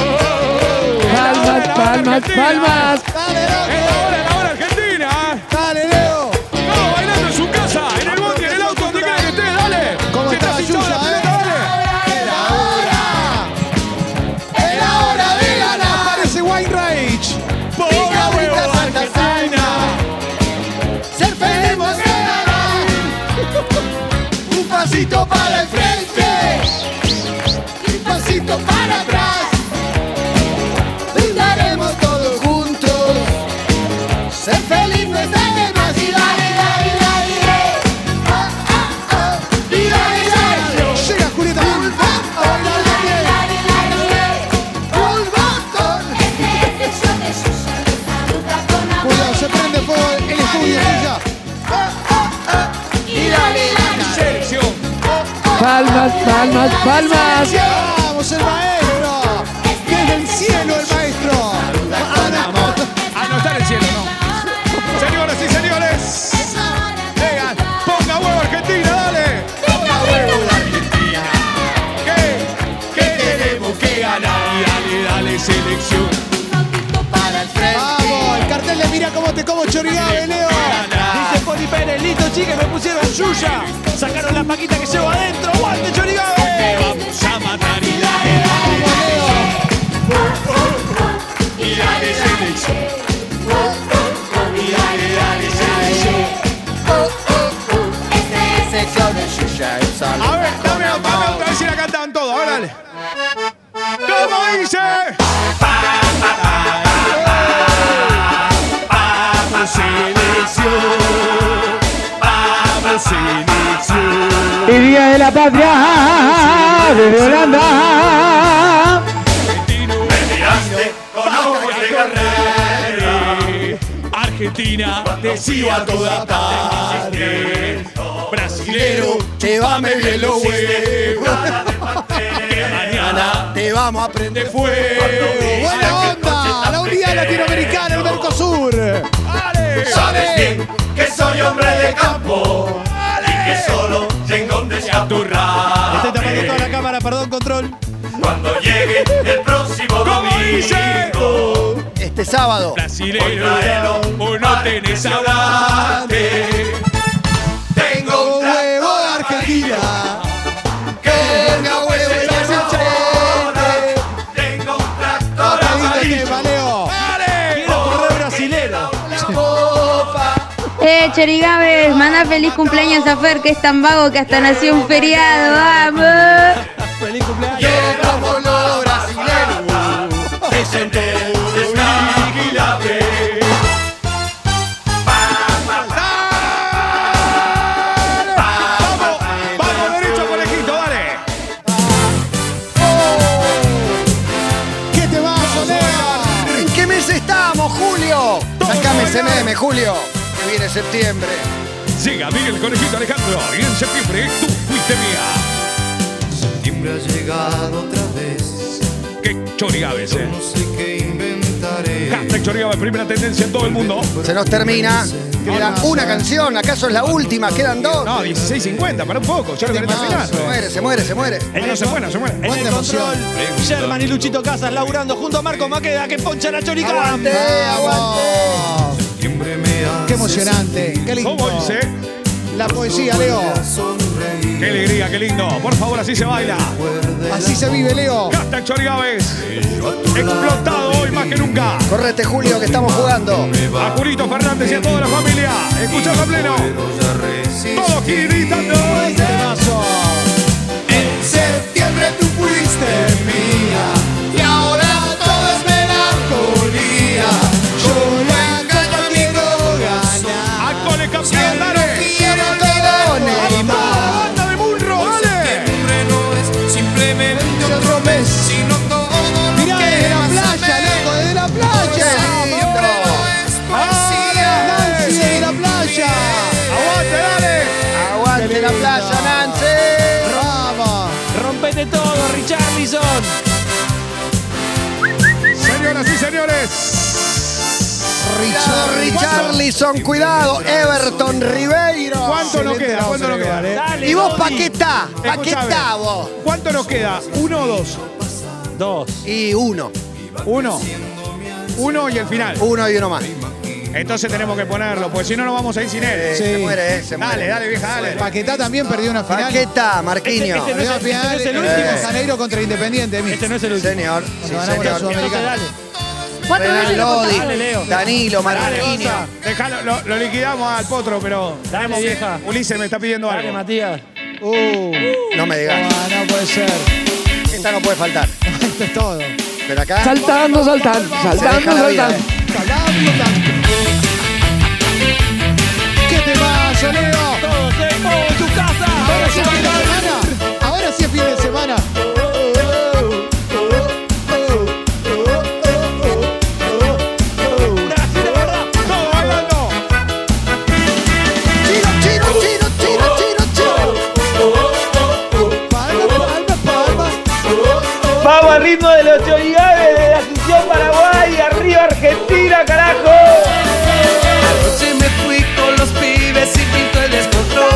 Palmas. Dale, Leo. Es la hora argentina. Dale, Leo. Estamos bailando en su casa, en el bote, en el auto, donde quiera que estés, dale. ¿Cómo Si está estás hinchado Yuya, la pelota, dale. Es la hora de ganar. Aparece Wine Rage. Ponga huevo, Argentina. Ser feliz ganar. Un pasito para el frente. Un pasito para atrás. Brindaremos todos juntos. Ser feliz no está de más. Y dale, dale, dale, dale. Y dale, dale. Llega Julieta. Un botón. Un botón. Cuidado, se prende fuego el estudio, Yuya. Y dale, dale. Selección. Palmas. ¡Vamos, el maestro! ¡Desde el cielo, el maestro! Ah, no está en el cielo, no. Señoras y señores. Vengan, ponga huevo, Argentina, dale. Ponga huevo, Argentina. ¿Qué tenemos que ganar? Dale, selección. Para el frente. ¡Vamos! El cartel de Mira cómo te como Chorigabe, Leo. Dice Poli Pérez, listo, chicas, me pusieron Yuya. Sacaron la paquita que llevo adentro. ¡Aguante, Chorigabe! Vamos a matar y dale, y dale, selección. Y dale, selección. A ver, dame otra vez si la cantan todo. A ver, dale. ¿Cómo dice? Vamos, selección. Vamos, selección. El Día de la Patria desde Holanda. Argentina, te sigo a toda parte. Brasilero, Llévame bien los huevos. que mañana Te vamos a prender te fue. ¡Buena onda! La unidad latinoamericana, el Mercosur. Sabes bien que soy hombre de campo y que solo tengo donde escaturrar. Estoy tapando toda la cámara, perdón, control. Cuando llegue el próximo domingo, este sábado. Brasilero, vos no tenés hablante. tengo un Huevo de Argentina. tenga huevo y y frente. tengo un tractor Lindo amarillo. tema, Leo. Quiero correr brasilero. Chorigabe, manda feliz cumpleaños a Fer, que es tan vago que hasta nació un feriado. ¡Vamos! Feliz cumpleaños. Llegamos los brasileños, que son todos inigualables. Vamos derecho, conejito, dale. ¿Qué te vas, Leo? ¿En qué mes estamos, Julio? Sacame ese meme, Julio. Que viene septiembre. Llega Miguel Conejito Alejandro y en septiembre tú fuiste mía. Septiembre ha llegado otra vez. Qué chorigabes, No sé qué inventaré. Hashtag chorigabes, primera tendencia en todo el mundo. Se nos termina. Queda una canción. ¿Acaso es la última? Quedan dos. No, 16:50, para un poco, ya lo querés terminar. Se muere. Se muere. En el control, Sherman y Luchito Casas laburando junto a Marco Maqueda que poncha la chorica. Aguante. Septiembre me hace Qué emocionante. Qué lindo. ¿Cómo dice? La poesía, Leo. sonreír. Qué alegría, qué lindo. Por favor, así se baila. Así se vive, Leo. Hashtag chorigabes. Explotado hoy más que nunca. Correte, Julio, que estamos jugando. A Julito Fernández y a toda la familia. Escuchando a pleno. Todos gritando. En septiembre tú fuiste mía y ahora todo es melancolía. Yo la engaño, quiero ganar. A Cole campeón, dale. Quiero todo, Neymar. Banda de Munro, dale. Septiembre no es simplemente Otro mes. sino todo lo Mirá, que desde la vas a playa, ver. loco, desde la playa. Siempre no es poesía. Nancy, desde la playa. Aguante, dale. Aguante la playa, Nancy. Vamos. Rompete todo, Richarlison. Señoras y señores. Richarlison, cuidado. Everton Ribeiro. ¿Cuánto nos queda? ¿Cuánto nos queda? ¿Y vos pa' qué está? ¿Pa' qué está vos? ¿Cuánto nos queda? ¿1 o 2? 2. Y 1. 1. 1 y el final. 1 y 1 más. Entonces tenemos que ponerlo, porque si no nos vamos a ir sin él. Se muere, se muere. Dale, vieja, dale. Paquetá también perdió una final. Paquetá, Marquinhos. Perdió una final en Río de Janeiro contra Independiente. Este no es el último. Señor. Cuando ganamos la Sudamericana. Renan Lodi, Danilo, Dale, Marquinhos. Gonza. Dejalo, lo liquidamos al potro, pero. Dale, vieja. Ulises me está pidiendo Dale, algo. Matías. No me digas. No puede ser. Esta no puede faltar. Esto es todo. Pero acá. Saltando. Se deja la vida, ¿Qué te pasa, Leo? Todos en su casa. Ahora sí es fin de semana. Ahora sí es fin de semana. ¡Todo bailando! Vamos al ritmo de los chorigaves de la Asunción Paraguay. Arriba Argentina, carajo. Anoche me fui con los pibes y pinto el descontrol.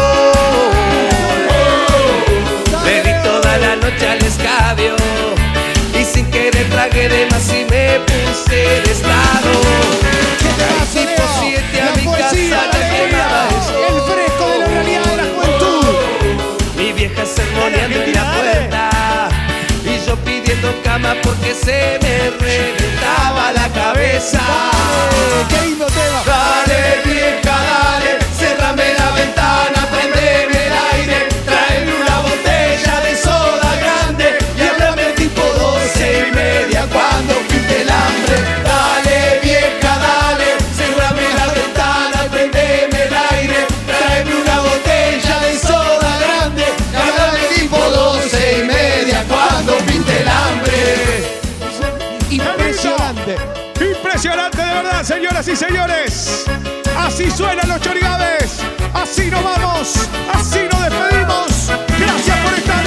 Le di toda la noche al escabio y sin querer tragué de más y me puse de estado. Caí tipo 7 a mi casa, ya quemaba eso. El fresco de la realidad de la juventud. Mi vieja sermoneando en la puerta y yo pidiendo cama porque se me reventaba la cabeza. ¡Qué lindo tema! Dale vieja, dale, cerrame la ventana, prendeme el aire, tráeme una botella de soda grande y háblame tipo 12:30 cuando pinte el hambre. Dale vieja, dale, cerrame la ventana, prendeme el aire, tráeme una botella de soda grande y háblame tipo 12:30 cuando pinte el hambre. Impresionante. Impresionante de verdad, señoras y señores. Así suenan los chorigaves. Así nos vamos. Así nos despedimos. Gracias por estar.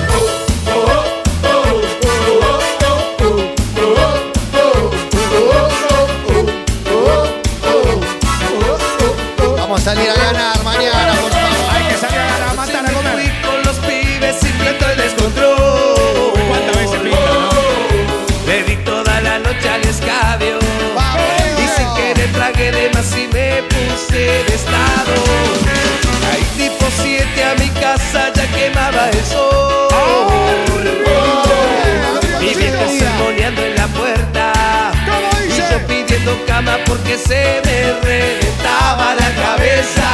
Vamos a salir a ganar mañana, por favor. Hay que salir a ganar, a matar, a comer. Fui con los pibes y planto el descontrol. ¿Cuántas veces pinta, no? Le di toda la noche al escabio y sin querer tragué de más y me puse de estado. Caí tipo 7 a mi casa, ya quemaba el sol. Mi vieja sermoneando en la puerta y yo pidiendo cama porque se me reventaba la cabeza.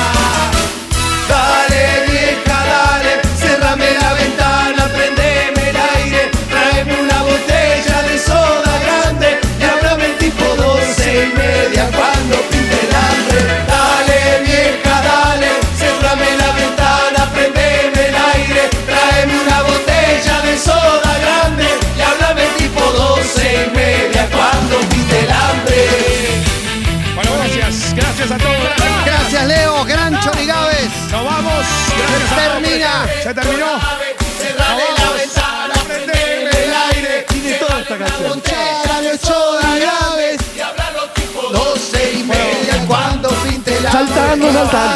Dale vieja, dale, cerrame la ventana, prendeme el aire, tráeme una botella de soda grande y háblame tipo 12:30 cuando pinte el hambre. Dale vieja, dale, cerrame la ventana, prendeme el aire, tráeme una botella de soda grande y háblame tipo 12:30 cuando pinte el hambre. Bueno, gracias. Gracias a todos. Gracias, Leo. Gran Chorigaves. Nos vamos. Gracias a todos. Termina. Se terminó. Cerrame la ventana, prendeme el aire. Tiene toda esta canción. Botella de soda graves y hablarlo tipo 12:30 cuando pinte la Saltando.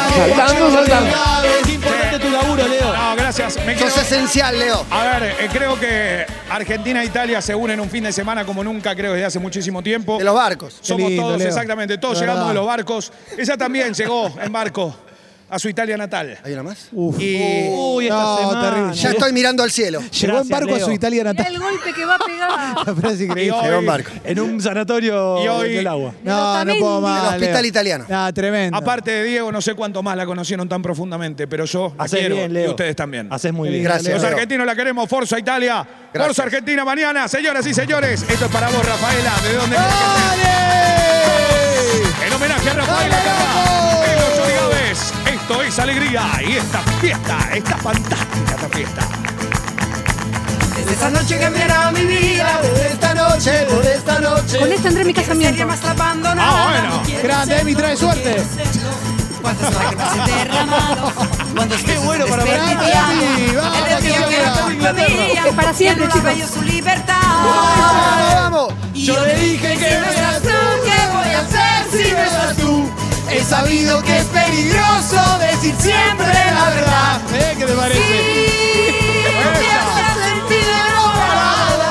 Qué importante tu laburo, Leo. No, gracias. Me Sos esencial, Leo. A ver, creo que Argentina e Italia se unen un fin de semana como nunca, creo, desde hace muchísimo tiempo. De los barcos. Somos lindo, todos, Leo. exactamente, todos De llegamos verdad. de los barcos. Ella también llegó en barco a su Italia natal. ¿Hay una más? Y Uy, esta No, semana. terrible. Ya estoy mirando al cielo. Llegó en Gracias, barco a Leo. su Italia natal. El golpe que va a pegar. La frase increíble. Y hoy- Llegó en barco. En un sanatorio Y hoy- del agua. No, no puedo más. El hospital Leo. italiano. No, tremendo. aparte de Diego, no sé cuánto más la conocieron tan profundamente, pero yo la Haces quiero bien, y Leo. ustedes también. Haces muy bien. Gracias, Los Leo. argentinos la queremos. Forza Italia. Gracias. Forza Argentina mañana. Señoras y señores, esto es para vos, Rafaela. ¿De dónde crees que estés? En homenaje a Rafaela acá. En los Chorigaves. Esto es alegría. Y esta fiesta, esta fantástica esta fiesta. Desde esta noche cambiará mi vida, desde esta noche, desde esta noche. Con este tendré mi casamiento. Más abandonada. Ah, bueno. Grande, Emi, trae suerte. cuántas lágrimas he derramado, cuántos Qué bueno para desperdiciado. El día que no podía, para siempre, ya no chicos. yo su libertad. ¡Vamos! Y yo le dije que no estás tú, ¿qué voy a hacer si no estás tú? He sabido que es peligroso decir siempre la verdad. ¿Qué te parece? Sí, te has sentido enamorado.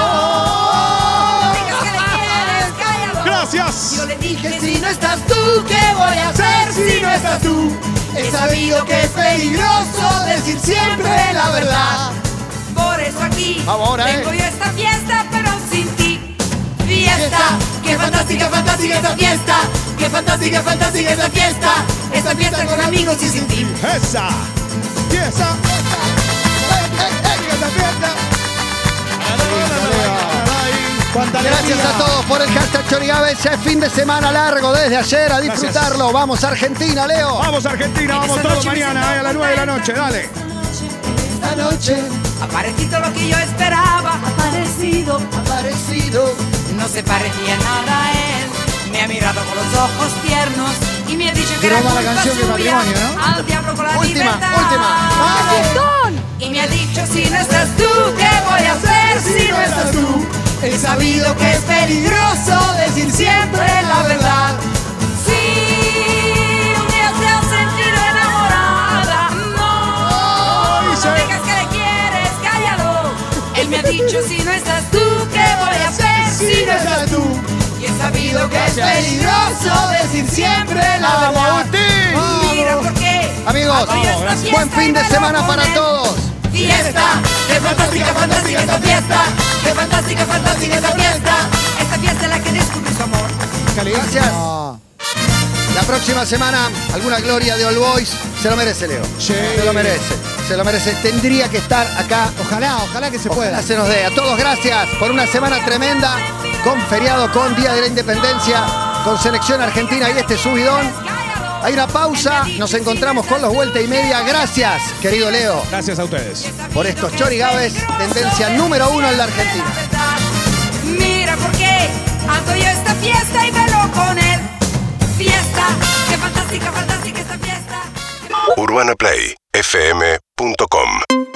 Digas que le quieres, cállalo. Gracias. Yo le dije si no estás tú, ¿qué voy a hacer si no estás tú? He sabido que es peligroso decir siempre la verdad. Por eso aquí Vamos ahora, tengo yo esta fiesta, pero sin ti. Fiesta, qué fantástica, fantástica esta fiesta. Qué fantástica, fantástica esta fiesta. Esta fiesta con amigos y sin ti. Esa. Y esa. Esa fiesta. Gracias a todos por el hashtag Chorigabe. Ya es fin de semana largo desde ayer. A disfrutarlo. Vamos a Argentina, Leo. Vamos a Argentina, vamos todos mañana a las 9 de la noche. Dale. Esta noche ha parecido lo que yo esperaba. Aparecido. No se parecía nada a él. Me ha mirado con los ojos tiernos y me ha dicho que era Broma la culpa canción de suya. matrimonio, ¿no? Al diablo con la Última, libertad. última. Y me ha dicho si no estás tú, ¿qué voy a hacer si no estás tú? He sabido que es peligroso decir siempre la verdad. Sí, un día te has sentido enamorada. No, no digas que le quieres, cállalo. Él me ha dicho si no estás tú, ¿qué voy a hacer si no estás tú? Y he sabido que es peligroso decir siempre la verdad. Mira por qué. Amigos, buen fin de semana para todos. Fiesta, qué fantástica, fantástica esta fiesta. Qué fantástica, fantástica esta fiesta. Esta fiesta es la que descubre su amor. Gracias. La próxima semana, alguna gloria de All Boys. Se lo merece, Leo. Sí. Se lo merece. Se lo merece. Tendría que estar acá. Ojalá que se pueda. Ojalá se nos dé. A todos gracias por una semana tremenda. Con feriado, con Día de la Independencia, con Selección Argentina y este subidón. Hay una pausa. Nos encontramos con los Vuelta y Media. Gracias, querido Leo. Gracias a ustedes. Por estos Chorigabes, tendencia número 1 en la Argentina. Mira por qué ando yo esta fiesta y velo con él. Fiesta, qué fantástica, fantástica esta fiesta. UrbanaPlayFM.com